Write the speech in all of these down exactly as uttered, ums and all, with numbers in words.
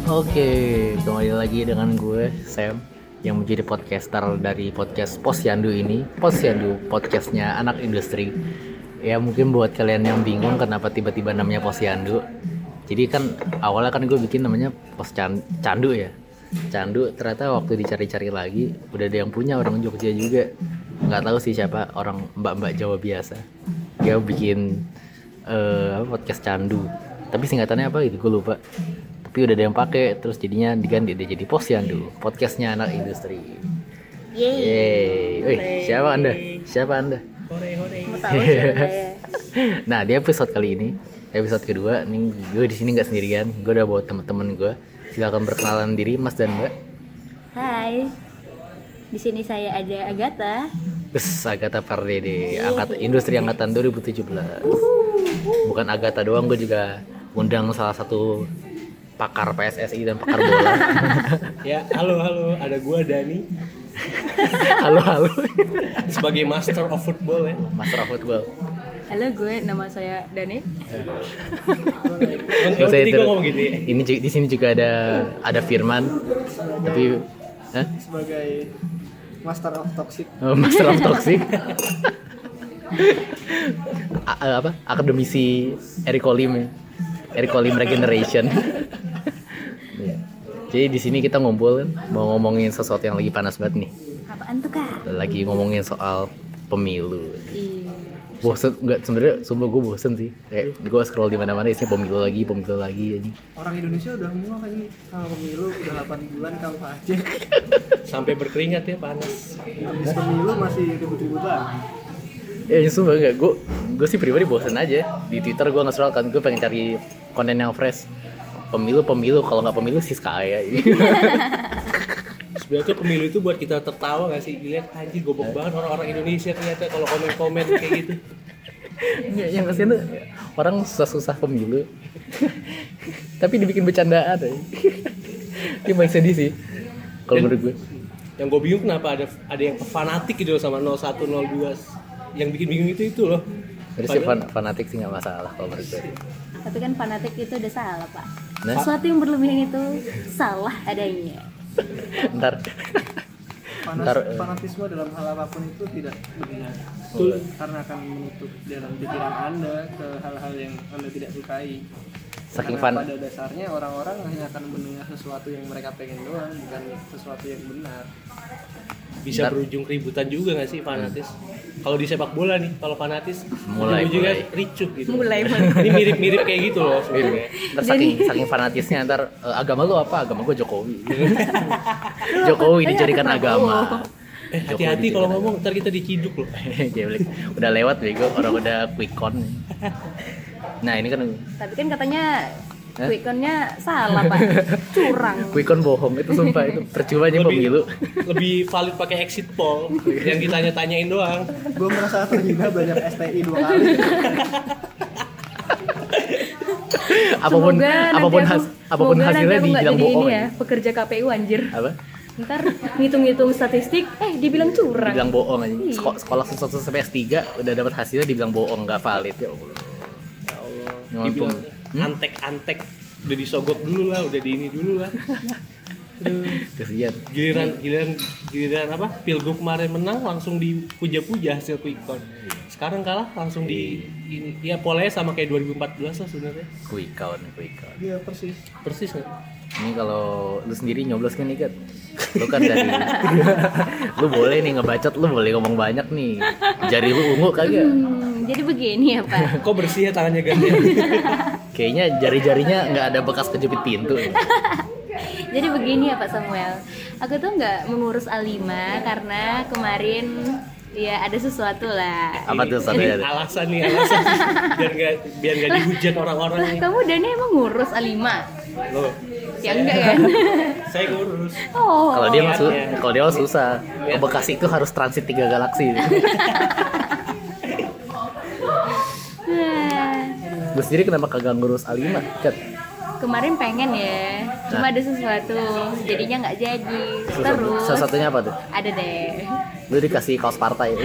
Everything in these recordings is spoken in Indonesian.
Oke, kembali lagi dengan gue Sam yang menjadi podcaster dari podcast Posyandu ini. Posyandu, podcastnya anak industri. Ya mungkin buat kalian yang bingung kenapa tiba-tiba namanya Posyandu. Jadi kan awalnya kan gue bikin namanya Pos Candu ya. Candu, ternyata waktu dicari-cari lagi udah ada yang punya, orang Jogja juga. Nggak tahu sih siapa, orang mbak-mbak Jawa biasa. Dia bikin uh, podcast Candu. Tapi singkatannya apa gitu gue lupa. Tapi udah ada yang pakai, terus jadinya diganti dia jadi Posyandu, podcastnya anak industri. Yeay. Yeay. Wih, siapa anda? Siapa anda? Hore hore. Mau tahu siapa ya? Nah, di episode kali ini, episode kedua, nih gue di sini nggak sendirian, gue udah bawa teman-teman gue. Silakan berkenalan diri, Mas dan Mbak. Hai. Di sini saya ada Agatha. Bes, Agatha Pardede, angkat industri angkatan dua ribu tujuh belas. Bukan Agatha doang, gue juga undang salah satu pakar P S S I dan pakar bola. Ya, halo halo, ada gua Dani. Halo halo. Sebagai master of football ya. Master of football. Halo, gue nama saya Dani. Gak usah itu. Ngomong gitu ya. Ini di sini juga ada ada Firman. Tapi Hah? Sebagai master of toxic. Oh, master of toxic. A- apa? Akademisi Eric Olim ya. Eric Olim Regeneration. Ya. Jadi di sini kita ngumpul kan, mau ngomongin sesuatu yang lagi panas banget nih. Apaan tuh, Kak? Lagi ngomongin soal pemilu. Iya. Bosen nggak, sebenarnya sumpah gue bosen sih. Kayak gue scroll di mana-mana isinya pemilu lagi, pemilu lagi ini. Orang Indonesia udah muak kan nih sama pemilu, udah delapan bulan kamu aja. Sampai berkeringat ya, panas. Habis pemilu masih ribut-ributan. Ya sumpah nggak, gue gue sih pribadi bosen aja. Di Twitter gue nge-scroll kan, gue pengen cari konten yang fresh. Pemilu pemilu, kalau nggak pemilu sih kaya. Sebenarnya tuh pemilu itu buat kita tertawa nggak sih? Dilihat anjir goblok banget orang-orang Indonesia ternyata kalau komen-komen kayak gitu. Ya, yang kasihan tuh orang susah-susah pemilu. Tapi dibikin bercandaan aja. Dia paling sedih sih. Kalau menurut gue. Yang gue bingung kenapa ada ada yang fanatik gitu sama nol satu nol dua. Yang bikin bingung itu itu loh. Jadi sih fan- fanatik sih nggak masalah kalau menurut gue. Tapi kan fanatik itu udah salah, Pak. Nah? Sesuatu yang berlebihan itu salah adanya. Ntar. Panas, Ntar. fanatisme dalam hal apapun itu tidak benar. Betul. Karena akan menutup dalam pikiran Anda ke hal-hal yang Anda tidak sukai. Saking Karena fan. pada dasarnya orang-orang hanya akan mendengar sesuatu yang mereka pengen doang, bukan sesuatu yang benar. Bisa Ntar. berujung keributan juga nggak sih fanatis? Kalau di sepak bola nih, kalau fanatis Mulai, ujungnya mulai. ricuh gitu. Mulai, mulai. Ini mirip-mirip kayak gitu loh sebenarnya. Ntar saking, saking fanatisnya ntar e, agama lu apa? Agama gue Jokowi. Jokowi dijadikan agama. Eh, hati-hati kalau ngomong ntar kita diciduk loh. Geblek. Udah lewat bego, orang udah quick count. Nah ini kan Tapi kan katanya Hah? quick-count-nya salah, Pak. Curang. quick count bohong, itu sumpah itu percuma aja pemilu. Lebih valid pakai exit poll yang ditanya-tanyain doang. Gue merasa terhina banyak S T I dua kali. apapun Semoga nanti apapun aku- has, apapun semoga hasilnya nanti aku nggak dibilang jadi bohong. ini ya, pekerja K P U anjir. Apa? Ntar ngitung-ngitung statistik, eh dibilang curang. Dibilang bohong aja. Iya. Seko- sekolah sesuatu sampai S tiga udah dapat hasilnya dibilang bohong, nggak valid ya Allah. Ya Allah. Nyampung. Dibilang Hmm? antek-antek udah disogok dulu lah, udah di ini dulu lah. Aduh. Kesian. Giliran giliran giliran apa? Pilgub kemarin menang langsung dipuja-puja hasil quick count. Sekarang kalah langsung di ini. Ya polanya sama kayak dua ribu empat belas lah sebenarnya. Quick count, quick count. Iya persis. Persis kan? Ini kalau lu sendiri nyoblos kan nih kan, lu kan dari, lu boleh nih ngebacot, lu boleh ngomong banyak nih, jari lu ungu kagak? Hmm, jadi begini ya, Pak. Kok bersih ya tangannya ganti? Kayaknya jari-jarinya nggak ada bekas kejepit pintu. Jadi begini ya Pak Samuel, aku tuh nggak mengurus A lima karena kemarin ya ada sesuatu lah. Apa tuh Ini soalnya? alasan nih, alasan biar nggak biar nggak dihujat orang-orang Lah nih. kamu Dani emang ngurus A lima? Loh, Ya enggak kan? saya ngurus. Oh. Kalau dia masuk, Niatnya. kalau dia mah susah. Ke Bekasi itu harus transit tiga galaksi. Nah, Lu sendiri kenapa kagak ngurus A lima? Kat. kemarin pengen ya, cuma ada sesuatu, jadinya nggak jadi. Terus Salah satunya apa tuh? ada deh. Lu dikasih kaos partai.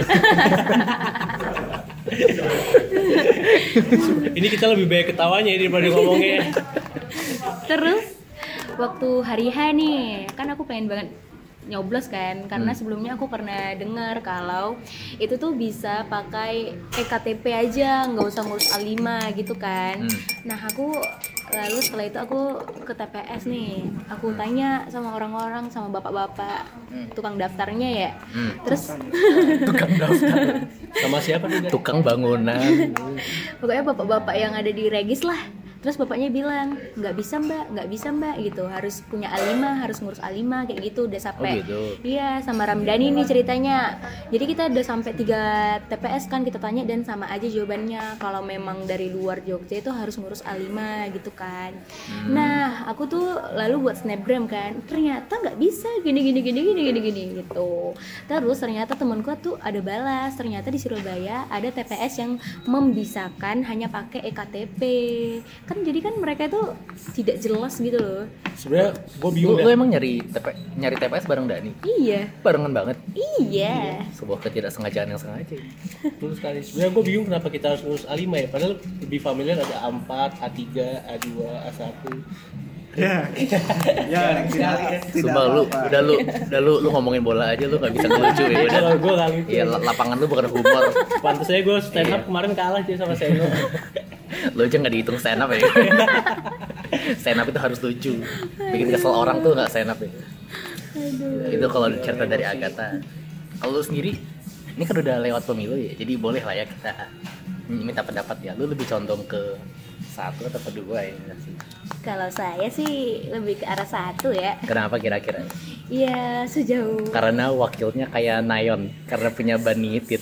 Ini kita lebih banyak ketawanya daripada ngomongnya. Terus waktu hari H nih kan aku pengen banget nyoblos kan, karena Hmm. sebelumnya aku pernah dengar kalau itu tuh bisa pakai E K T P aja, nggak usah ngurus A lima gitu kan. Hmm. Nah aku lalu setelah itu aku ke T P S nih, aku tanya sama orang-orang, sama bapak-bapak tukang daftarnya ya. Hmm. Terus Tukang daftar, Sama siapa nih? tukang bangunan. pokoknya bapak-bapak yang ada di Regis lah. Terus bapaknya bilang, nggak bisa mbak, nggak bisa mbak gitu, harus punya A lima, harus ngurus A lima kayak gitu, udah sampai. Oh, gitu. Iya, sama Ramdhani nih ceritanya. Jadi kita udah sampai tiga T P S kan kita tanya dan sama aja jawabannya. Kalau memang dari luar Jogja itu harus ngurus A lima gitu kan. Hmm. Nah, aku tuh lalu buat snapgram kan, ternyata nggak bisa gini gini gini gini gini gini gitu. Terus ternyata temanku tuh ada balas, ternyata di Surabaya ada T P S yang membisakan hanya pakai E K T P. Kan jadi kan mereka itu tidak jelas gitu loh. Sebenarnya gue Lu, bingung lu dah. emang nyari TP, nyari T P S bareng Dani? Iya, Barengan banget. iya. Sebuah ketidaksengajaan yang sengaja. Betul sekali. Sebenarnya gue bingung kenapa kita harus ngurus A lima ya. Padahal lebih familiar ada A empat, A tiga, A dua, A satu. Ya, ya, tidak, tidak Sumpah lu, apa-apa. udah lu, udah lu, lu ngomongin bola aja lu nggak bisa ngelucu ya. Udah. Kalau gue kali itu. Iya, la- lapangan lu bukan humor. Pantes aja gue stand up Iya. kemarin kalah aja sama Seno. Lu aja nggak dihitung stand up ya. Stand up itu harus lucu. Bikin kesel orang tuh nggak stand up ya. Itu kalau cerita dari Agatha. Kalau lu sendiri, ini kan udah lewat pemilu ya, jadi boleh lah ya kita minta pendapat ya. Lu lebih condong ke satu atau kedua ya? Kalau saya sih lebih ke arah satu ya. Kenapa kira-kira? Iya, sejauh. Karena wakilnya kayak Nayon, karena punya ban ngitit.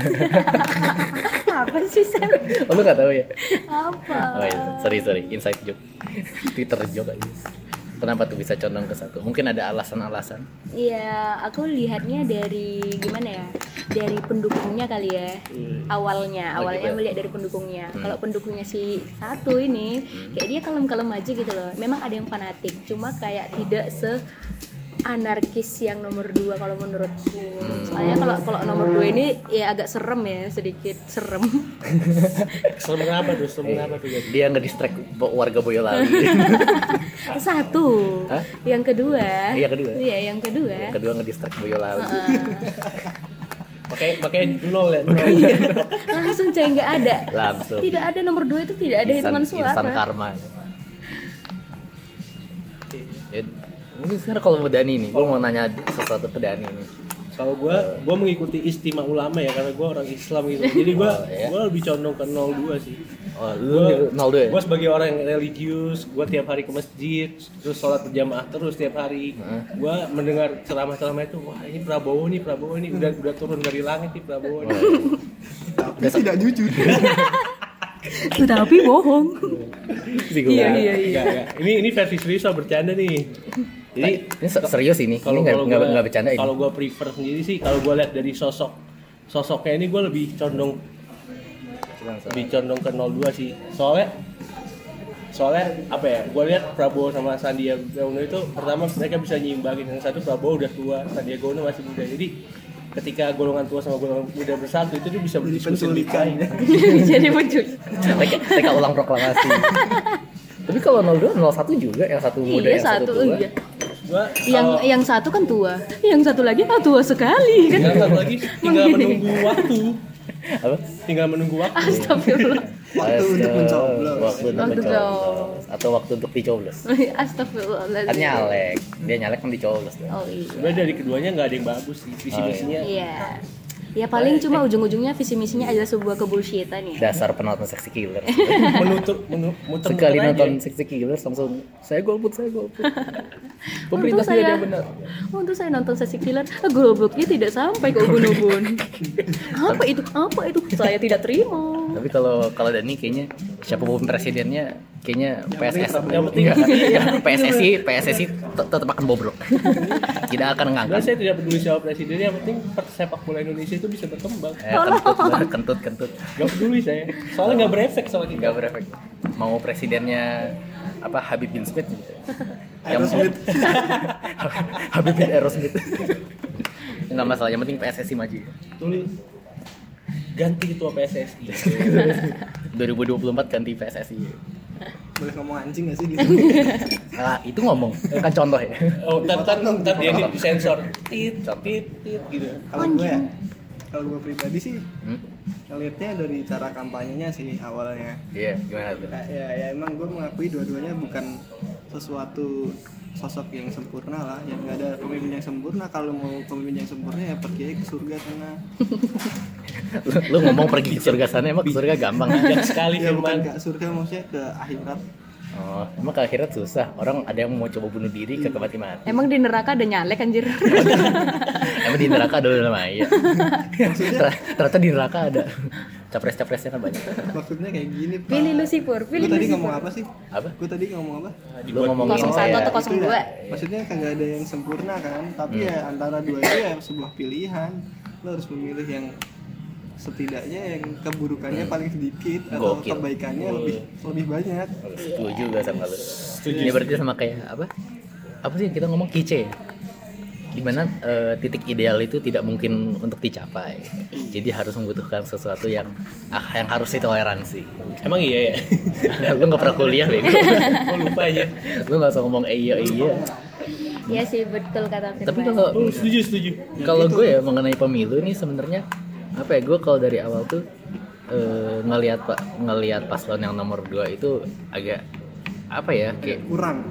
Apa sih Sam? Oh, lu nggak tahu ya? Apa? Oh iya, sorry sorry, inside joke, Twitter joke aja. Kenapa tuh bisa condong ke satu? Mungkin ada alasan-alasan. Iya, aku lihatnya dari gimana ya? Dari pendukungnya kali ya. Awalnya, Oh, awalnya gitu. melihat dari pendukungnya. Hmm. Kalau pendukungnya si satu ini, kayak dia kalem-kalem aja gitu loh. Memang ada yang fanatik, cuma kayak tidak se anarkis yang nomor dua kalau menurutku. Soalnya kalau kalau nomor dua ini ya agak serem ya, sedikit serem. Serem kenapa tuh? Serem kenapa tuh? Jadi? Dia nge-distract bo- warga Boyolali. Satu. Hah? Yang kedua. Iya, kedua. Iya, yang kedua. Yang kedua nge-distract Boyolali. Heeh. Pakai pakai nol ya. Nol. Langsung coy, nggak ada. Langsung. Tidak ada nomor dua itu tidak ada Instan- hitungan suara. instan karma. Ya, mungkin sekarang kalau mau Dani nih, gue mau nanya sesuatu ke Dani nih. Kalau gue, gue mengikuti istimewa ulama ya karena gue orang Islam gitu. Jadi gue, Oh, iya. gue lebih condong ke nol dua sih. Oh, lu nol dua ya? Gue sebagai orang yang religius, gue tiap hari ke masjid, terus sholat berjamaah terus tiap hari. Gue mendengar ceramah-ceramah itu, wah ini Prabowo nih, Prabowo nih udah udah turun dari langit nih Prabowo nih. Tapi tidak jujur. Tetapi bohong. Iya, iya, iya. Enggak, enggak. Ini ini versi serius lah, bercanda nih. Jadi Ini se- serius ini, kalau ini nggak kalau nggak gua- nggak bercanda ini. Kalau gue prefer sendiri sih, kalau gue lihat dari sosok sosoknya ini gue lebih condong lebih condong ke nol dua sih. Soalnya soalnya apa ya? Gue lihat Prabowo sama Sandiaga Uno itu pertama mereka bisa nyimbangin. Yang satu Prabowo udah tua, Sandiaga Uno masih muda. Jadi ketika golongan tua sama golongan muda bersatu itu dia bisa berdiskusi lebih baik. Jadi muncul. Mereka, mereka ulang proklamasi. Tapi kalau nol dua, nol satu juga, yang satu muda, Iya, yang satu satu tua. iya. Gua Yang kalau- yang satu kan tua, yang satu lagi ah tua sekali kan. yang satu lagi tinggal menunggu waktu. Apa? Tinggal menunggu waktu. Astagfirullah. Waktu untuk mencoblos. Waktu untuk Waktu mencoblos. Atau waktu untuk dicoblos. Astagfirullah. Kan nyalek, dia nyalek kan dicoblos. Oh iya. Sebenarnya dari keduanya nggak ada yang bagus sih visi misinya. Iya. Ya paling cuma ujung-ujungnya visi misinya adalah sebuah kebullshitan ya. Dasar penonton seksi killer. Menutup menu- muter Sekali aja. nonton seksi killer langsung saya golput, saya golput. Untuk Pemerintah tidak ada saya, yang benar. untuk saya nonton sesi killer, ah, goloboknya tidak sampai ke ubun-ubun. Apa itu? Apa itu? Saya tidak terima. Tapi kalau kalau Dani kayaknya siapapun presidennya kayaknya P S S yang penting- Enggak, P S S I P S S I tet- tetap akan bobrok. Tidak akan Sebenarnya ngangkat. saya tidak peduli siapa presiden, yang penting sepak bola Indonesia itu bisa berkembang. Eh, kentut, kentut, kentut. Gak peduli saya, soalnya nggak berefek sama kita. Nggak berefek. Mau presidennya apa Habib bin Smith gitu. Aerosmith. Habib bin Aerosmith. Nggak masalah, yang penting P S S I maju. Tulis ganti ketua P S S I. dua ribu dua puluh empat ganti P S S I. boleh ngomong anjing nggak sih di Nah, itu ngomong kan contoh ya. Oh, ntar ntar ntar dia di disensor. Tit, tit, tit gitu. Kalau gue ya, kalau gue pribadi sih Hmm? ngelihatnya dari cara kampanyenya sih awalnya. Iya, gimana tuh? Kayak ya, ya emang gue mengakui dua-duanya bukan sesuatu sosok yang sempurna lah, yang nggak ada pemimpin yang sempurna. Kalau mau pemimpin yang sempurna ya pergi aja ke surga sana. Lu, lu ngomong pergi ke surga sana, emang ke surga gampang kan? Bijak sekali Ya bukan Firman. ke surga, maksudnya ke akhirat. Oh, emang ke akhirat susah. Orang ada yang mau coba bunuh diri ke mati mati. Emang di neraka ada nyalek anjir. Emang di neraka ada udah Maya. Maksudnya Ternyata di neraka ada capres-capresnya kan banyak. maksudnya kayak gini Pak. Pilih Lucifer, Gue pilih tadi Lucifer. ngomong apa sih? Apa? Gue tadi ngomong apa? Lu ngomong nol satu atau nol dua. Maksudnya kagak ada yang sempurna kan, tapi Hmm. ya antara dua itu ya sebuah pilihan. Lo harus memilih yang setidaknya yang keburukannya paling sedikit atau Gokil. kebaikannya lebih lebih banyak. Setuju gak sama lu? Setuju. Ini berarti sama kayak apa? Apa sih kita ngomong kice? Dimana eh, titik ideal itu tidak mungkin untuk dicapai. Jadi harus membutuhkan sesuatu yang ah, yang harus ditoleransi. Emang iya ya. Lu nggak pernah kuliah bego. Gue lupa aja. Lu nggak usah ngomong eh, iya iya. Iya sih betul kata Firman. Tapi kalau Oh, setuju setuju. kalau gue ya mengenai pemilu ini sebenarnya apa ya, gue kalau dari awal tuh eh, ngelihat pak ngelihat paslon yang nomor dua itu agak apa ya, kayak Kurang.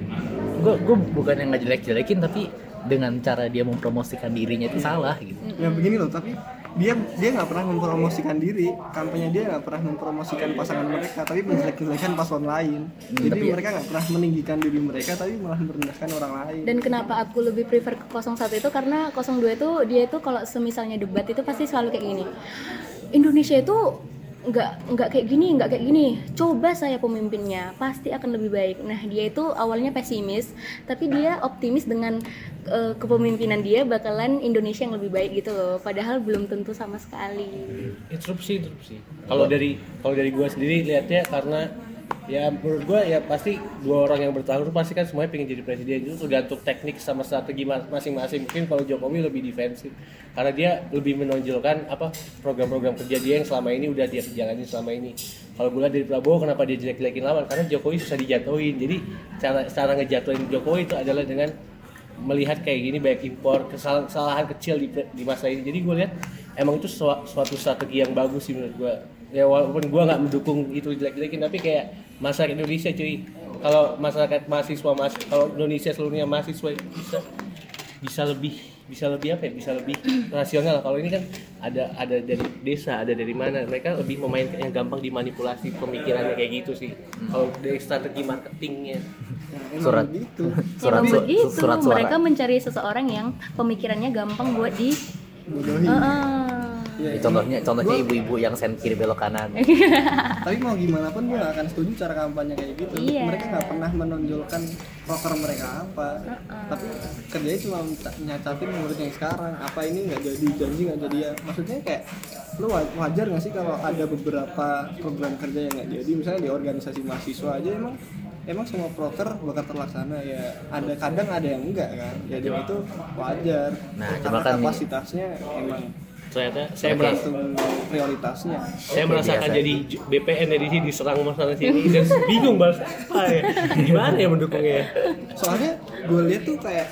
gue gue bukan yang ngejelek-jelekin, tapi dengan cara dia mempromosikan dirinya itu salah gitu. Ya begini loh, tapi dia dia nggak pernah mempromosikan diri, kampanye dia nggak pernah mempromosikan pasangan mereka, tapi menjelek-jelekan paslon lain. Jadi tapi- mereka nggak pernah meninggikan diri mereka, tapi malah merendahkan orang lain. Dan kenapa aku lebih prefer ke nol satu itu karena nol dua itu dia itu kalau semisalnya debat itu pasti selalu kayak gini. Indonesia itu nggak nggak kayak gini, nggak kayak gini. Coba saya pemimpinnya, pasti akan lebih baik. Nah dia itu awalnya pesimis, tapi dia optimis dengan uh, kepemimpinan dia bakalan Indonesia yang lebih baik gitu loh. Padahal belum tentu sama sekali. Interupsi, interupsi. Kalau dari kalau dari gue sendiri lihatnya karena ya menurut gue ya pasti dua orang yang bertarung pasti kan semuanya pengen jadi presiden, itu tergantung teknik sama strategi masing-masing. Mungkin kalau Jokowi lebih defensif karena dia lebih menonjolkan apa program-program kerja dia yang selama ini udah dia jalanin selama ini. Kalau gue lihat dari Prabowo, kenapa dia jelek-jelekin lawan? Karena Jokowi susah dijatuhin. Jadi cara cara ngejatuhin Jokowi itu adalah dengan melihat kayak gini banyak impor, kesalahan, kesalahan kecil di, di masa ini. Jadi gue lihat emang itu suatu, suatu strategi yang bagus sih menurut gue. Ya walaupun gue nggak mendukung itu jelek-jelekin, tapi kayak masyarakat Indonesia cuy, kalau masyarakat mahasiswa mas, kalau Indonesia seluruhnya mahasiswa itu bisa bisa lebih bisa lebih apa ya, bisa lebih rasional. Kalau ini kan ada ada dari desa, ada dari mana, mereka lebih memainkan yang gampang dimanipulasi pemikirannya kayak gitu sih. Kalau dari strategi marketingnya. Nah, emang Surat. begitu. Surat, Emang su- begitu, surat suara. mereka mencari seseorang yang pemikirannya gampang buat di Bodohi. Heeh. Ya, Ya, contohnya contohnya gua- ibu-ibu yang sen kiri belok kanan. Tapi mau gimana pun gue gak akan setuju cara kampanye kayak gitu. Iya. Mereka nggak pernah menonjolkan proker mereka apa, tapi kerjanya cuma minta- nyacatin menurut yang sekarang. Apa ini nggak jadi janji nggak jadi ya. Maksudnya kayak lu wa- wajar nggak sih kalau ada beberapa program kerja yang nggak jadi, misalnya di organisasi mahasiswa aja emang emang semua proker bakal terlaksana ya. Ada kadang ada yang enggak kan. Jadi itu wajar. Nah, Karena cuma kan- kapasitasnya emang Ternyata saya Oke. merasa tergantung prioritasnya. saya Oke, merasakan biasa. jadi B P N dari sini diserang masalah sini dan bingung bahas apa ya, gimana ya mendukungnya. Soalnya gue lihat tuh kayak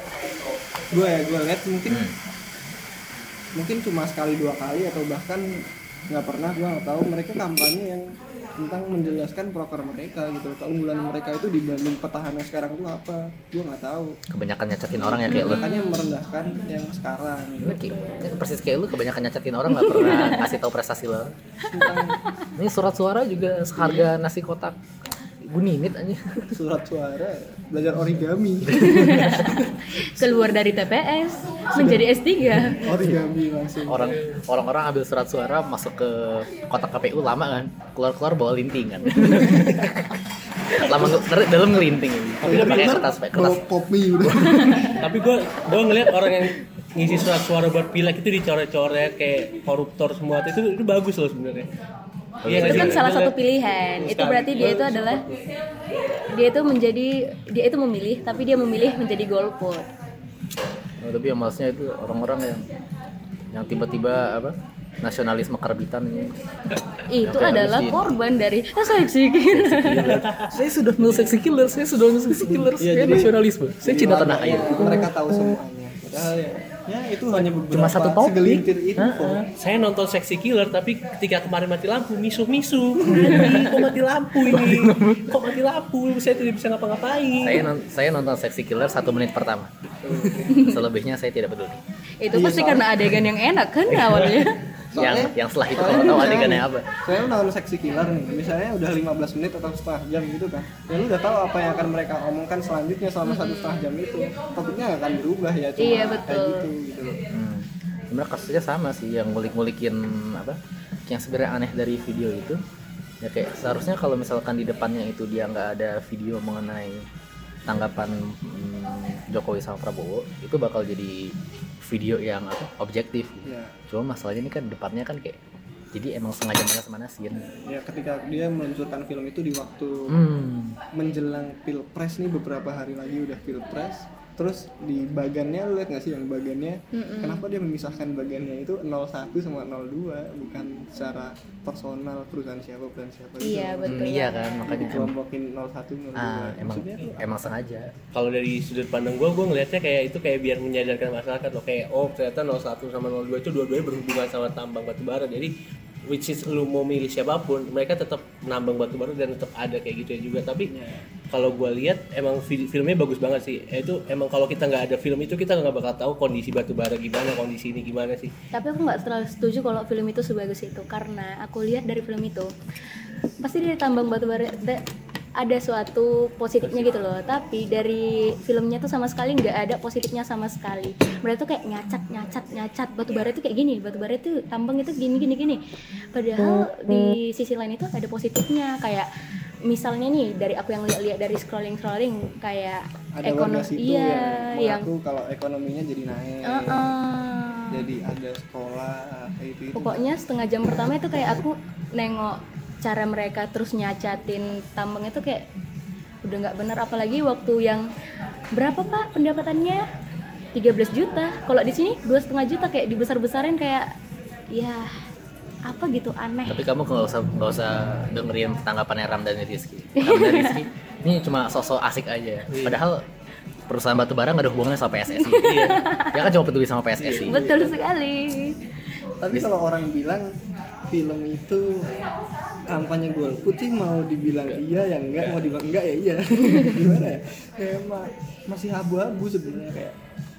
gue ya gue lihat mungkin mungkin cuma sekali dua kali atau bahkan nggak pernah, gue nggak tahu mereka kampanye yang tentang menjelaskan proker mereka gitu, keunggulan mereka itu dibanding petahana sekarang tuh apa, gue nggak tahu. Kebanyakan nyacatin orang ya kayak lu. Makanya merendahkan yang sekarang Ini kayak- ini persis kayak lu, kebanyakan nyacatin orang nggak pernah ngasih tahu prestasi lo. Ini surat suara juga seharga nasi kotak Gunimit aja. surat suara, belajar origami. Keluar dari T P S menjadi S tiga. Origami langsung. Orang orang-orang ambil surat suara masuk ke kotak K P U lama kan, keluar-keluar bawa linting kan. Lama nge- dalam ngelinting. Tapi pakai kertas pakai kertas. Bawa popi udah. Tapi gue gue ngeliat orang yang ngisi surat suara buat pileg itu dicoret-coret kayak koruptor semua, itu itu bagus loh sebenarnya. Iya, Itu nggak kan sih? salah Gua satu liat- pilihan. Itu Sekali. berarti dia itu adalah dia itu menjadi dia itu memilih, tapi dia memilih menjadi golput. Oh, tapi yang maksudnya itu orang-orang yang yang tiba-tiba apa nasionalisme karbitan ini. Itu Sampai adalah habis korban dari seleksi killer. Saya sudah nol seksi killer, saya sudah nol seksi killer, Iya, saya jadi- nasionalisme, saya cinta tanah air. Mereka tahu semuanya. Padahal ya, ya itu hanya beberapa Cuma satu topik. segelintir info. Heeh. Saya nonton Seksi Killer tapi ketika kemarin mati lampu misuh-misuh. Jadi kok mati lampu ini? Kok mati lampu? Saya tidak bisa ngapa-ngapain. Saya non- saya nonton seksi killer satu menit pertama. Selebihnya saya tidak peduli. Itu Iya, pasti soalnya- karena adegan yang enak kan awalnya. yang Soalnya- yang setelah itu soalnya kalau tahu misalnya adegannya nih, apa. Saya nonton Seksi Killer nih, misalnya udah lima belas menit atau setengah jam gitu kan. Ya lu udah tahu apa yang akan mereka omongkan selanjutnya selama satu setengah jam itu. Topiknya nggak akan berubah ya, cuma Iya, kayak betul. gitu gitu loh. Hmm. Sebenarnya kasusnya sama sih, yang ngulik-ngulikin apa? Yang sebenarnya aneh dari video itu. Ya kayak seharusnya kalau misalkan di depannya itu dia nggak ada video mengenai tanggapan hmm, Jokowi sama Prabowo, itu bakal jadi video yang apa? Objektif. Ya, Cuma masalahnya ini kan depannya kan kayak jadi emang sengaja manas-manasin. ya ketika dia meluncurkan film itu di waktu Hmm. menjelang pilpres nih, beberapa hari lagi udah pilpres. Terus di bagannya lu lihat nggak sih yang bagannya Mm-mm. kenapa dia memisahkan bagannya itu nol satu sama nol dua, bukan secara personal perusahaan siapa perusahaan siapa gitu. Iya, Hmm, betul. iya kan, makanya em- Kelompokin nol satu nol dua. ah, emang Maksudnya tuh emang sengaja. Kalau dari sudut pandang gue, gue ngelihatnya kayak itu kayak biar menyadarkan masyarakat loh, kayak oh ternyata nol satu sama nol dua itu dua-duanya berhubungan sama tambang batubara. Jadi which is lu mau milih siapapun, mereka tetap nambang batubara dan tetap ada kayak gitu ya juga. Tapi kalau gue lihat emang fi- filmnya bagus banget sih. Eh, Itu emang kalau kita nggak ada film itu kita nggak bakal tahu kondisi batubara gimana, kondisi ini gimana sih. Tapi aku nggak terlalu setuju kalau film itu sebagus itu, karena aku lihat dari film itu pasti dari tambang batu bara da- ada suatu positifnya gitu loh, tapi dari filmnya tuh sama sekali nggak ada positifnya sama sekali. Mereka tuh kayak nyacat nyacat nyacat batu bara itu kayak gini, batu bara itu tambang itu gini gini gini. Padahal di sisi lain itu ada positifnya, kayak misalnya nih dari aku yang lihat-lihat dari scrolling scrolling kayak ada ekonomi, warga situ iya yang yang mengaku kalau ekonominya jadi naik. uh-uh. Jadi ada sekolah kayak gitu. Pokoknya setengah jam pertama itu kayak aku nengok cara mereka terus nyacatin tambang itu kayak udah nggak benar, apalagi waktu yang berapa pak pendapatannya tiga belas juta, kalau di sini dua setengah juta, kayak dibesar-besarin kayak ya apa gitu, aneh. Tapi kamu nggak usah nggak usah dengerin tanggapannya Ramdhani Rizky. Ramdhani Rizky ini cuma sosok asik aja. Padahal perusahaan batubara nggak ada hubungannya sama P S S I. Dia kan cuma peduli sama P S S I. Betul sekali. Tapi kalau orang bilang film itu kampanye golput sih, mau dibilang iya ya enggak, mau dibilang enggak ya iya. Gimana ya? Kayak ma- masih abu-abu sebenarnya, kayak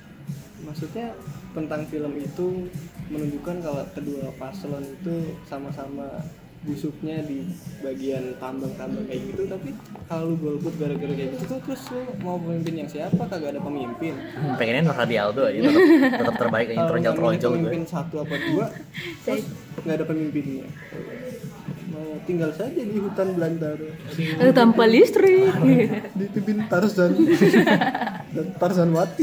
maksudnya tentang film itu menunjukkan kalau kedua paslon itu sama-sama busuknya di bagian tambang-tambang kayak gitu. Tapi kalau lu golput gara-gara kayak gitu tuh, terus lu mau pemimpin yang siapa? Kagak ada pemimpin. Hmm, pengennya Nur Hadi Aldo aja tetap, tetap terbaik aja, Kalau nggak milih teronjol-teronjol pemimpin gue. satu apa dua, terus nggak ada pemimpinnya. Mau tinggal saja di hutan belantara, Aduh, tanpa listrik. dipimpin Tarzan dan Tarzan Wati.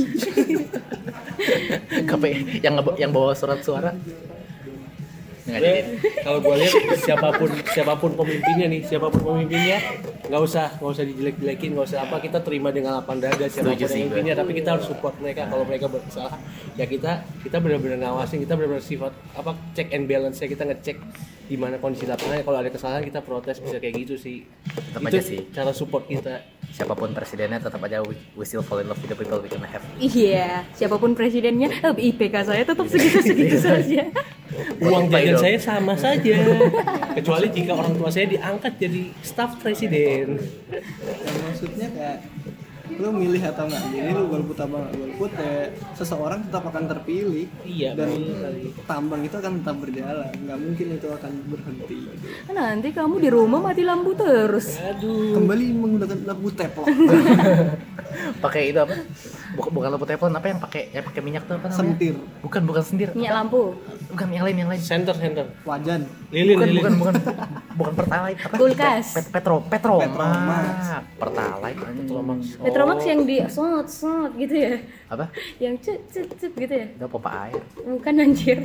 K P yang ngebo- yang bawa surat suara. Nggak Gue, jadi. kalau gue lihat siapapun siapapun pemimpinnya nih, siapapun pemimpinnya nggak usah nggak usah dijelek-jelekin, nggak usah apa, kita terima dengan lapang dada siapapun Setuju sih, pemimpinnya, tapi kita harus support mereka kalau mereka bersalah. Ya kita kita benar-benar ngawasin, kita benar-benar sifat apa check and balance nya, kita ngecek gimana kondisi lapangannya, kalau ada kesalahan kita protes, bisa kayak gitu sih. Tetap Itu aja sih. cara support kita. Siapapun presidennya tetap aja we, we still fall in love with the people we can have. Iya, siapapun presidennya, eh, I P K saya tetap segitu-segitu saja. Uang Spotify jajan dong. saya sama saja, kecuali jika orang tua saya diangkat jadi staf presiden. Dan maksudnya kayak lu milih atau nggak milih, lu golput apa nggak golput, ya seseorang tetap akan terpilih. Iya, Dan betul sekali. tambang itu akan tetap berjalan, nggak mungkin itu akan berhenti gitu. Nanti kamu di rumah mati lampu terus. Aduh. Kembali menggunakan lampu teplok. Pakai itu apa? Bukan bukan lampu teflon, apa yang pakai yang pakai minyak tuh apa namanya? Sentir, Bukan bukan sendir. Minyak lampu, Bukan yang lain yang lain. Center center. wajan, Lilin Bukan lilin. bukan bukan bukan pertalite apa? Kulkas. Pet, petro petromax. Petromax. Pertalite. Petromax. Petromax Oh. yang di sot sot gitu ya, Apa? yang cet cet cet gitu ya, Itu pompa air. bukan anjir.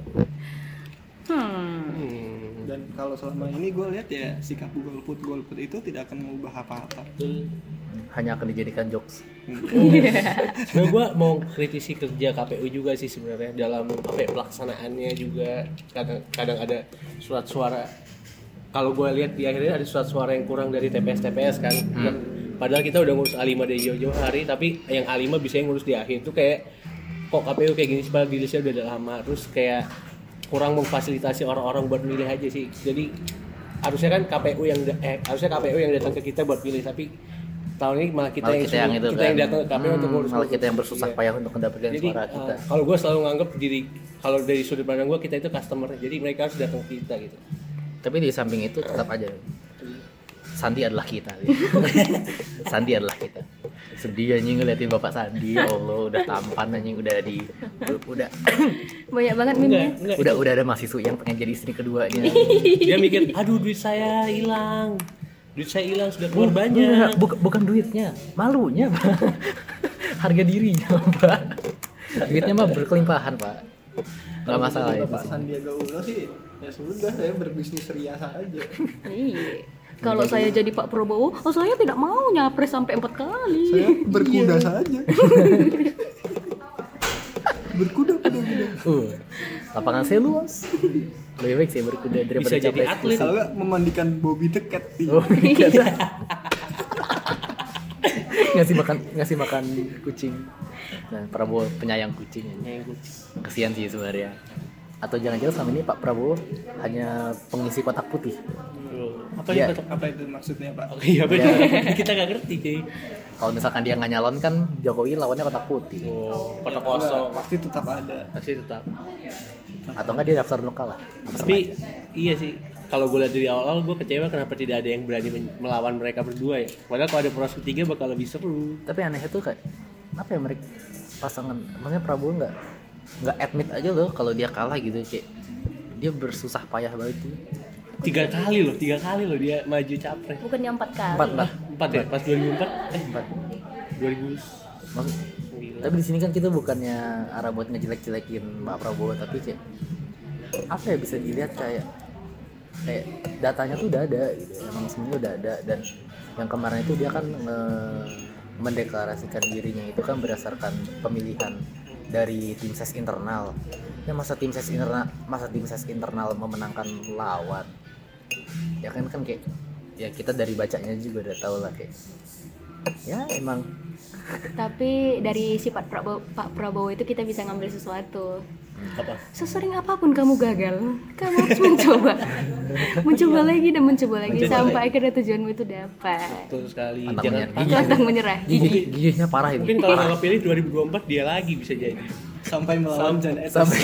Hmm. Hmm. dan kalau selama ini gue lihat ya sikap golput golput itu tidak akan mengubah apa-apa. Betul. hanya akan dijadikan jokes. Sebenarnya gue mau kritisi kerja K P U juga sih sebenarnya dalam apa ya, pelaksanaannya juga kadang kadang ada surat suara. Kalau gue lihat di akhirnya ada surat suara yang kurang dari T P S T P S kan. Hmm. Padahal kita udah ngurus A lima dari jauh-jauh hari, tapi yang A lima bisa ngurus di akhir itu kayak kok K P U kayak gini sih, padahal di listnya udah lama. Terus kayak kurang memfasilitasi orang-orang buat milih aja sih. Jadi harusnya kan K P U yang eh harusnya K P U yang datang ke kita buat pilih, tapi tahun ini malah kita, malah yang, kita yang itu kita kan. yang datang ke K P U hmm, untuk ngurus. Malah kita yang bersusah payah untuk mendapatkan jadi, suara kita. Uh, kalau gue selalu nganggap diri, kalau dari sudut pandang gue, kita itu customer, jadi mereka harus datang ke kita gitu. Tapi di samping itu tetap aja Sandi adalah kita. Sandi adalah kita. Sedih anjing ngeliatin Bapak Sandi. Ya Allah, udah tampan anjing, udah di udah banyak banget meme-nya. Udah udah ada mahasiswa yang pengen jadi istri kedua dia. Dia mikir, aduh duit saya hilang. Duit saya hilang sudah keluar banyak. Bukan, bukan duitnya, malunya, Pak. Harga dirinya, Pak. Duitnya mah berkelimpahan, Pak. Enggak masalah ya. Pak Sandiaga Uno sih, ya sudah, saya berbisnis ria saja. Iya. Kalau saya jadi Pak Prabowo, oh saya tidak mau nyapres sampai empat kali. Saya berkuda saja. Berkuda, kuda, kuda. Uh, lapangan saya luas. Lebih baik saya berkuda daripada Bisa jadi capres. atlet. Kalau nggak memandikan Bobby the Cat di. Oh, iya. ngasih makan ngasih makan kucing. Nah, Prabowo penyayang kucing. Kasihan sih sebenarnya. Atau jangan-jangan selama ini Pak Prabowo hanya pengisi kotak putih. Apa Ya. itu? Apa itu maksudnya, Pak? Oh, iya benar. Ya. Kita nggak ngerti cuy. Kalau misalkan dia nggak nyalon kan Jokowi lawannya kotak putih. Oh, kotak kosong. Pasti tetap ada. Pasti tetap. Atau nggak dia daftar untuk kalah. Tapi iya sih, kalau gue lihat dari awal gue kecewa kenapa tidak ada yang berani men- melawan mereka berdua ya. Padahal kalau ada poros ketiga bakal lebih seru. Tapi aneh itu kayak apa ya mereka pasangan, maksudnya Prabowo nggak nggak admit aja loh kalau dia kalah gitu, kayak dia bersusah payah banget tuh. Tiga kali loh, tiga kali loh dia maju capres. Bukannya empat kali. Empat lah. Empat ya, pas dua ribu empat eh Empat. dua ribu Maksud, tapi di sini kan kita bukannya arah buat ngejelek-jelekin Pak Prabowo, tapi kayak apa ya, bisa dilihat kayak kayak datanya tuh udah ada gitu, emang semuanya udah ada. Dan yang kemarin itu dia kan nge- mendeklarasikan dirinya itu kan berdasarkan pemilihan dari tim ses internal. Ya masa tim ses internal masa tim ses internal memenangkan lawan. Ya kan kan kayak ya kita dari bacanya juga udah tahu lah kayak ya emang. Tapi dari sifat Prabowo, Pak Prabowo itu kita bisa ngambil sesuatu. apa? Sesering apapun kamu gagal, kamu harus mencoba, mencoba lagi dan mencoba lagi Mencoba sampai lagi. akhirnya tujuanmu itu dapat. Betul sekali. Pantang Jangan menyerah. pantang. Pantang menyerah. Gigi giginya parah itu. Mungkin kalau Parah. nggak kepilih dua ribu dua puluh empat dia lagi bisa jadi. Sampai melawan Jan Etes. Sampai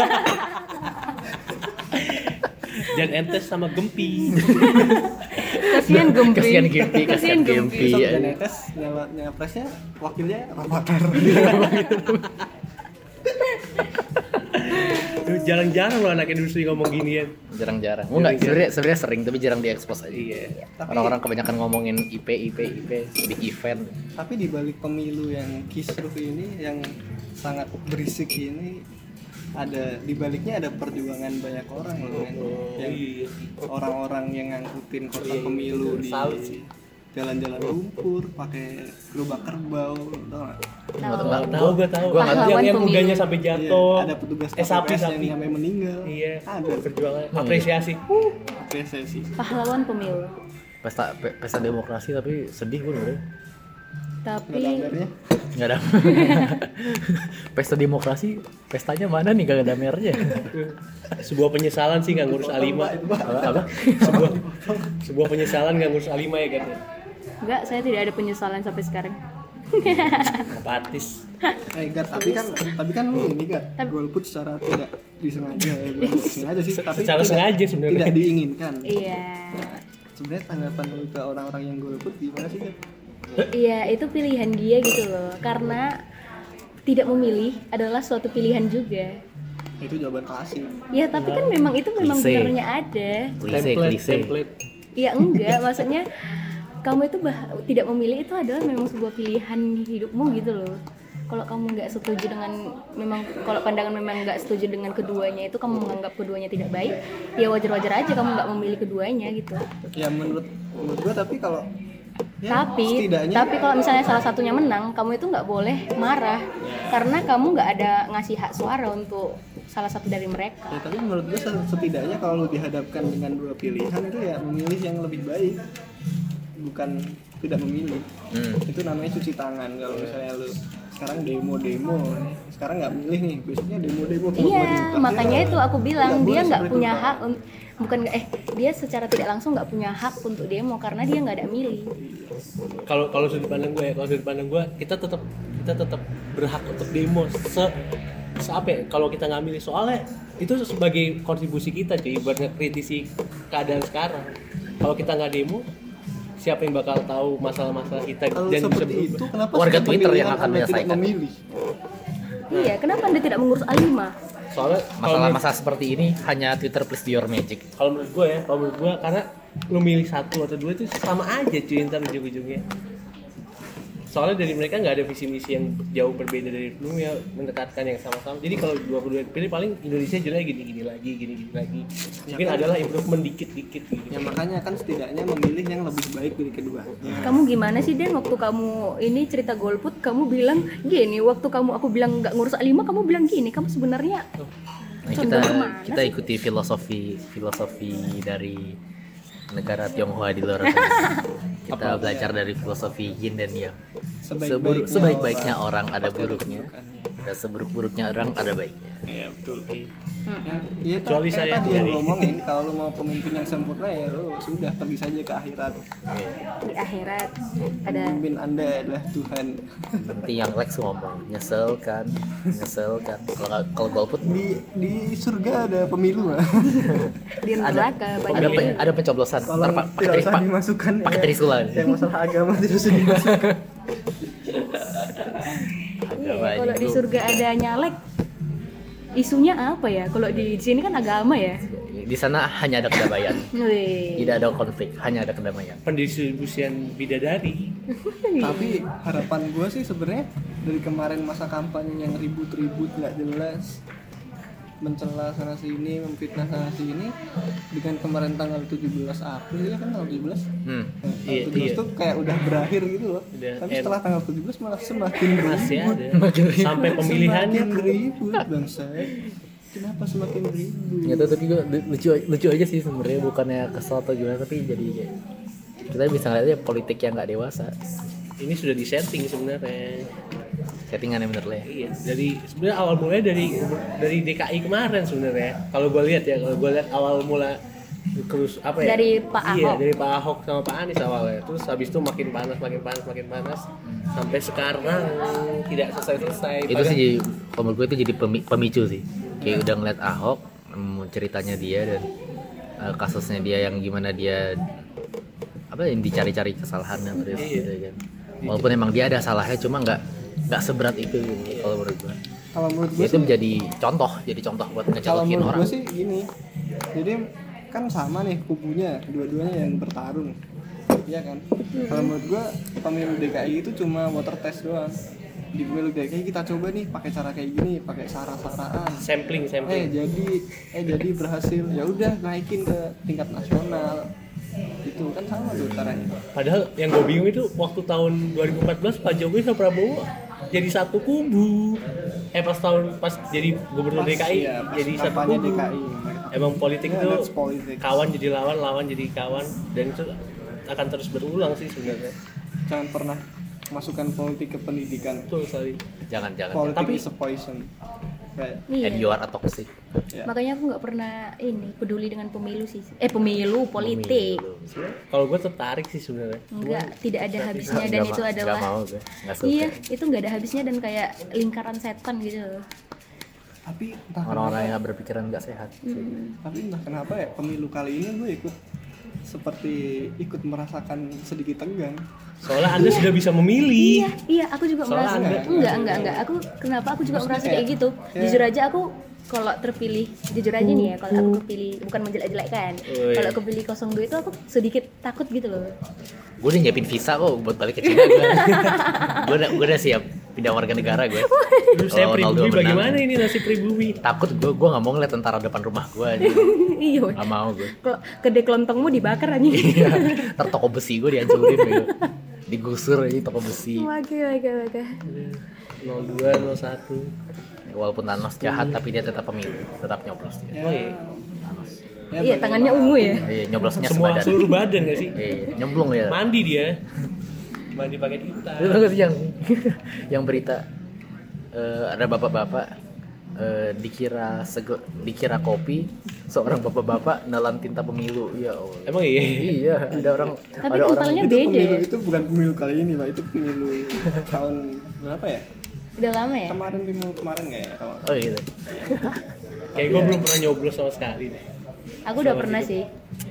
Dan entes sama Gempi. Kasihan Gempi. Kasihan Gempi, kasihan Gempi. Besok Iya. Jan Etes nyawa nyapresnya wakilnya Rafathar. Duh, jarang-jarang loh anak industri ngomong ginian. Jarang-jarang. Oh enggak, sebenarnya sebenarnya sering tapi jarang diekspos aja. Iya. Tapi- Orang-orang kebanyakan ngomongin I P I P I P big event. Tapi di balik pemilu yang kisruh ini, yang sangat berisik ini, ada di baliknya ada perjuangan banyak orang loh kan. Yang iya. orang-orang yang ngangkutin kotak Iya, pemilu betul. di Salut sih. jalan-jalan lumpur pakai gerobak kerbau, tau nggak? Nggak tahu. Tahu, tahu gue tahu. Gua nggak yang tahu. yang kudanya Pemilu. sampai Iya, jatuh. ada petugas eh sapi K P P S sapi. yang sampai meninggal. Iya. Ada Perjuangan. Apresiasi. apresiasi. Pahlawan pemilu. Pesta pe- pesta demokrasi tapi sedih gue udah. Nggak Tapi ada anggarnya. Enggak ada. Pesta demokrasi, pestanya mana nih gak ada mernya? Sebuah penyesalan sih nggak ngurus A lima. Apa? apa? sebuah sebuah penyesalan nggak ngurus A lima ya kan. enggak, saya tidak ada penyesalan sampai sekarang. Apatis. Eh enggak, tapi kan tapi kan ini enggak Tapi- golput secara tidak disengaja, ya, bukan disengaja sih, tapi Secara tidak- sengaja sebenarnya. tidak diinginkan. Iya. Sebenarnya tanggapan lu ke orang-orang yang golput gimana sih, Gat? Iya, itu pilihan dia gitu loh. Karena tidak memilih adalah suatu pilihan juga. Itu jawaban klasik. Ya, tapi kan memang itu memang Klise. benernya ada. Klise, Template, klise. template. Ya enggak, maksudnya kamu itu bah- tidak memilih itu adalah memang sebuah pilihan hidupmu gitu loh. Kalau kamu nggak setuju dengan memang kalau pandangan memang nggak setuju dengan keduanya itu kamu menganggap keduanya tidak baik, ya wajar-wajar aja kamu nggak memilih keduanya gitu. Ya menurut menurut gua, tapi kalau Ya, tapi setidaknya- tapi kalau misalnya salah satunya menang, kamu itu nggak boleh marah karena kamu nggak ada ngasih hak suara untuk salah satu dari mereka. Ya, tapi menurut gue setidaknya kalau lu dihadapkan dengan dua pilihan itu ya memilih yang lebih baik, bukan tidak memilih. Hmm. Itu namanya cuci tangan. Kalau misalnya lu sekarang demo-demo nih, sekarang nggak milih nih, besoknya demo-demo buat Iya, pemerintah. makanya Ya, itu aku bilang nggak dia boleh nggak seperti punya itu, hak Pak. un- bukan eh dia secara tidak langsung nggak punya hak untuk demo karena dia nggak ada milih. Kalau kalau sudut pandang gue ya, kalau sudut pandang gue kita tetap kita tetap berhak untuk demo se, se apa ya, kalau kita nggak milih soalnya itu sebagai kontribusi kita cuy buat ngekritisi keadaan sekarang. Kalau kita nggak demo, siapa yang bakal tahu masalah-masalah kita Kalau dan bisa seperti berubah? itu, kenapa Warga setiap Twitter yang pemilihan akan Anda tidak menyelesaikan. memilih? Iya, kenapa Anda tidak mengurus A lima? Soalnya kalau menurut- Masalah-masalah seperti ini hanya Twitter please do your magic. kalau menurut gue ya, kalau menurut gue karena lu milih satu atau dua itu sama aja cuy ntar ujung-ujungnya. Soalnya dari mereka nggak ada visi misi yang jauh berbeda dari lu ya, mendekatkan yang sama-sama. Jadi kalau dua puluh dua pilih paling Indonesia jelek gini-gini lagi, gini-gini lagi. Mungkin kan? adalah improvement dikit-dikit gitu. Ya makanya kan setidaknya memilih yang lebih baik dari keduanya. Kamu gimana sih Den waktu kamu ini cerita golput kamu bilang gini, waktu kamu aku bilang nggak ngurus A lima kamu bilang gini, kamu sebenarnya Nah, kita condong kemana kita sih? ikuti filosofi filosofi dari negara Tionghoa di luar sana. Kita belajar dari filosofi yin dan yang. Sebaik-baiknya Seburuk, sebaik-baiknya orang, orang ada pasti ada buruknya, keburukannya. dan seburuk-buruknya orang ada baiknya. Iya betul. Ya, iya Kecuali kayak saya tadi yang dari- ngomongin kalau lu mau pemimpin yang sempurna ya lu sudah pergi saja ke akhirat. di akhirat ada Pemimpin Anda adalah Tuhan. Nanti yang Lex ngomong nyesel kan, nyesel kan. Kalau kalau golput Di di surga ada pemilu lah. di ada neraka ada banyak pe- ada pencoblosan. Ntar Tolong pak pakai tidak tri- usah pak- dimasukkan pakai ya. trisulan. Yang masalah agama tidak usah dimasukkan. Iya, Agama kalau ini di gua- surga ada nyalek isunya apa ya? Kalau di sini kan agama ya. Di sana hanya ada kedamaian, Wih. tidak ada konflik, hanya ada kedamaian. Pendistribusian bidadari. Tapi harapan gue sih sebenarnya dari kemarin masa kampanye yang ribut-ribut nggak jelas, mencela sana sini, memfitnah sana sini, dengan kemarin tanggal tujuh belas April ya kan tanggal tujuh belas. Hmm. Nah, tanggal Iya, tujuh belas iya. tuh kayak udah berakhir gitu loh. Udah Tapi end. setelah tanggal tujuh belas malah semakin Masih ribut. ada. Sampai pemilihan Semakin ribut bangsa. Kenapa semakin ribut? Nggak tahu, tapi gue lucu lucu aja sih sebenarnya, bukannya kesel atau gimana, tapi jadi kayak kita bisa ngeliatnya politik yang nggak dewasa. ini sudah disetting sebenarnya. Settingannya bener lah ya. Iya, dari sebenarnya awal mulanya dari dari D K I kemarin sebenarnya. Kalau gue lihat ya, kalau gue lihat awal mula terus apa ya? Dari Pak Iya, Ahok. dari Pak Ahok sama Pak Anies awalnya. Terus habis itu makin panas, makin panas, makin panas sampai sekarang tidak selesai-selesai. Itu sih jadi, kalau menurut gue itu jadi pemi- pemicu sih. Kayak udah ngeliat Ahok, mm, ceritanya dia dan uh, kasusnya dia yang gimana dia apa yang dicari-cari kesalahannya terus Iya. gitu kan. Walaupun emang dia ada salahnya, cuma nggak nggak seberat itu gitu, kalau menurut gue. Kalau menurut gue Dia itu sih, menjadi contoh, jadi contoh buat kalau ngejatuhin menurut orang. gue sih gini. Jadi kan sama nih kubunya, dua-duanya yang bertarung. Iya kan? Kalau menurut gue pemilu D K I itu cuma water test doang. Di pemilu D K I kita coba nih pakai cara kayak gini, pakai sarah-sarahan. sampling Eh sampling. jadi eh jadi berhasil. Ya udah naikin ke tingkat nasional. Itu kan sama tuh caranya. Padahal yang gue bingung itu waktu tahun dua ribu empat belas Pak Jokowi sama Prabowo jadi satu kubu. Eh pas tahun pas jadi gubernur D K I Iya, pas jadi satu kampanye kubu. D K I. Emang politik Yeah, itu that's politics. kawan jadi lawan, lawan jadi kawan, dan itu akan terus berulang sih sebenarnya. Jangan pernah masukkan politik ke pendidikan. Betul sekali. Jangan-jangan. Politik Tapi- is a poison. Kayak Iya. And you are a toxic. ya. Makanya aku nggak pernah ini peduli dengan pemilu sih. Eh pemilu, politik. Kalau gue tertarik sih sebenarnya. Enggak, tidak ada habisnya dan Nggak itu ma- adalah nggak mau gue, nggak suka. iya, itu nggak ada habisnya dan kayak lingkaran setan gitu. Tapi entah Orang-orang kenapa, yang berpikiran nggak sehat. Hmm. tapi entah kenapa ya pemilu kali ini gue ikut seperti ikut merasakan sedikit tegang. Soalnya Anda sudah bisa memilih. Iya, iya, aku juga Soalnya merasa Anda- enggak, enggak, enggak. Aku kenapa aku juga Maksudnya merasa kayak- kayak gitu. kayak- Jujur aja aku kalau terpilih, jujur aja nih ya, kalau aku kepilih bukan menjelek-jelekkan. Oh, iya. Kalau kepilih nol dua itu aku sedikit takut gitu loh. Gue udah nyiapin visa kok buat balik ke Cina gue. gue udah gue udah siap pindah warga negara gue. Dulu saya Kalau nol dua pribumi menang, bagaimana ini nasib pribumi? takut gue gue nggak mau ngeliat tentara depan rumah gue aja. Iya, weh. Nggak mau gue. Kalau gede kelontongmu dibakar aja. Iya, ntar toko besi gue dihancurin gitu. digusur aja toko besi. Oke oke oke. nol dua nol satu. Walaupun Thanos jahat tapi dia tetap pemilu, tetap nyoblos dia. Oh iya. Thanos. Ya, Iya tangannya ungu ya. Iya, nyoblosnya Semua sebadan. seluruh badan gak sih? Iya, nyemplung ya. Mandi dia. Mandi pakai tinta. Itu kan yang yang berita eh, ada bapak-bapak eh, dikira sege, dikira kopi, seorang bapak-bapak nelan tinta pemilu. Ya Allah. Emang iya. Iya, ada orang Tapi ada orang kentalnya itu beda. pemilu ya? itu bukan pemilu kali ini pak, itu pemilu tahun berapa ya? Udah lama ya? Kemarin pemilu kemarin nggak ya? Kalau Oh gitu. Kayak gue belum pernah nyoblos sama sekali deh. Aku udah pernah sih.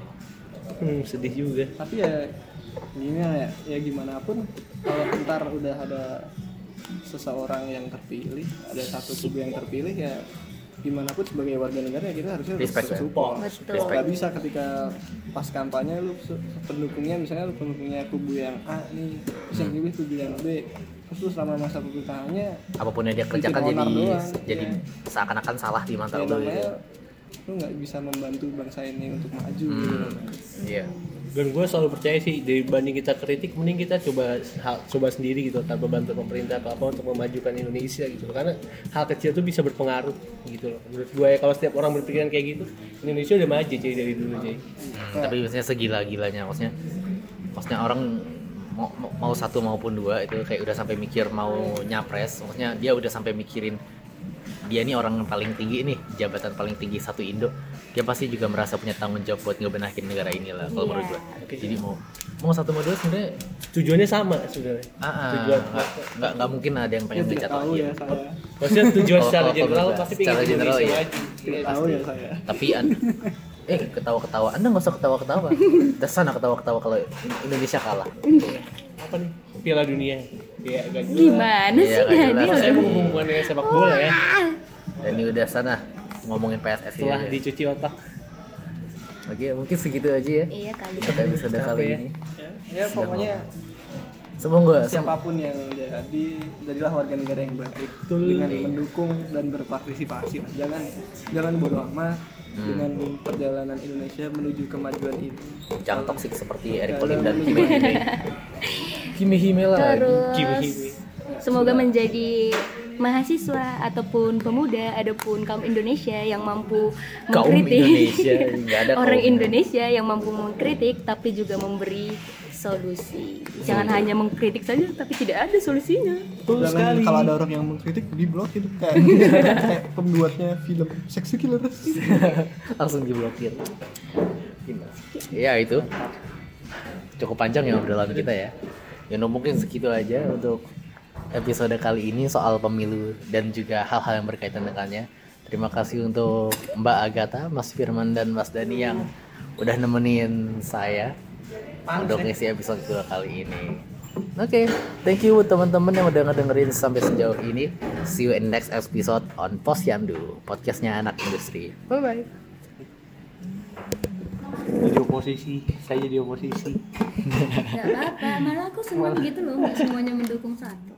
Hmm, sedih juga. tapi ya gini ya, ya gimana pun kalau ntar udah ada seseorang yang terpilih, ada satu kubu yang terpilih ya gimana pun sebagai warga negara ya kita harusnya Respect, ya. support. Betul. Nggak bisa ketika pas kampanye lu su- pendukungnya misalnya lu pendukungnya kubu yang A nih, terus yang ini kubu yang B, terus lu selama masa pemerintahannya Apapun yang dia kerjakan bikin jadi onar doang. jadi Ya. seakan-akan salah di mata Ya, lu namanya gitu. lu nggak bisa membantu bangsa ini untuk maju Hmm. gitu. Iya. Dan gue selalu percaya sih, dibanding kita kritik, mending kita coba hal, coba sendiri gitu, tanpa bantu pemerintah atau apa untuk memajukan Indonesia gitu. Karena hal kecil tuh bisa berpengaruh gitu loh. Menurut gue ya, kalau setiap orang berpikiran kayak gitu, Indonesia udah maju cuy dari dulu cuy. Hmm, tapi biasanya segila-gilanya maksudnya maksudnya orang mau, mau- mau satu maupun dua itu kayak udah sampai mikir mau nyapres, maksudnya dia udah sampai mikirin dia nih orang yang paling tinggi nih, jabatan paling tinggi satu Indo, dia pasti juga merasa punya tanggung jawab buat ngebenahin negara ini lah kalau Iya. menurut gua. Jadi mau mau satu mau dua sebenarnya Tujuannya sama sebenarnya. ah, ah, Tujuan nggak nggak nggak mungkin ada yang Ya pengen tidak tahu ngejatuhin. ya saya, Maksudnya tujuan Kalau- secara kalau- kalau general gua- pasti secara pengen general, Indonesia iya. maju. tidak tahu ya saya. Tapi an- eh ketawa-ketawa, Anda nggak usah ketawa-ketawa. Dah sana ketawa-ketawa kalau Indonesia kalah. Apa nih? Piala Dunia. Ya agak jelas. Gimana Iya, sih nggak jelas. Daniel? Saya mau hubungan dengan sepak bola ya. Dan ini udah sana ngomongin P S S Setelah ya. dicuci otak. Oke, mungkin segitu aja ya Iya kali. untuk episode kali ya. ini. Ya pokoknya Semoga sem- siapapun yang jadi jadilah warga negara yang baik dengan mendukung dan berpartisipasi. Jangan jangan bodoh amat Hmm. dengan perjalanan Indonesia menuju kemajuan ini. jangan toksik seperti Eric Dalam Colim dan menuju- Kimi Hime. Kimi Hime lah. Terus Kimi-kimi. semoga menjadi mahasiswa ataupun pemuda ataupun kaum Indonesia yang mampu Kaum mengkritik Indonesia, nggak ada orang kaum. Indonesia yang mampu mengkritik tapi juga memberi solusi. Jangan hanya mengkritik saja tapi tidak ada solusinya. Betul Jangan sekali. kalau ada orang yang mengkritik diblokir kayak kayak pembuatnya film Sexy Killer. Langsung diblokir. Ya itu cukup panjang ya obrolan kita ya. Ya mungkin segitu aja untuk episode kali ini soal pemilu dan juga hal-hal yang berkaitan dengannya. Terima kasih untuk Mbak Agatha, Mas Firman dan Mas Dani yang udah nemenin saya untuk ngisi episode kedua kali ini. Oke, thank you buat teman-teman yang udah ngedengerin sampai sejauh ini. See you in next episode on Posyandu, podcastnya anak industri. Bye bye. Jadi oposisi, saya jadi oposisi. Gak apa-apa, malah aku senang gitu loh, nggak semuanya mendukung satu.